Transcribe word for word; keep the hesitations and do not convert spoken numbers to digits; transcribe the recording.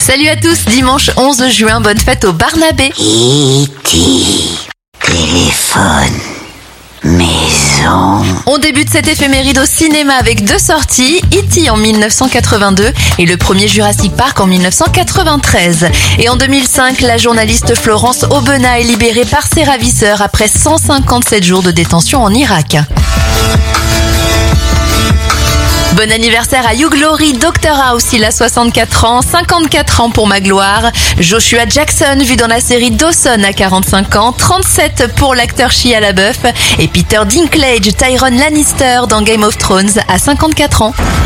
Salut à tous, dimanche onze juin, bonne fête au Barnabé. E T téléphone, maison. On débute cette éphéméride au cinéma avec deux sorties, E T en mille neuf cent quatre-vingt-deux et le premier Jurassic Park en mille neuf cent quatre-vingt-treize. Et en deux mille cinq, la journaliste Florence Aubenas est libérée par ses ravisseurs après cent cinquante-sept jours de détention en Irak. Bon anniversaire à Hugh Laurie, docteur House, il a soixante-quatre ans, cinquante-quatre ans pour Magloire. Joshua Jackson, vu dans la série Dawson, à quarante-cinq ans, trente-sept pour l'acteur Shia LaBeouf. Et Peter Dinklage, Tyrion Lannister dans Game of Thrones, à cinquante-quatre ans.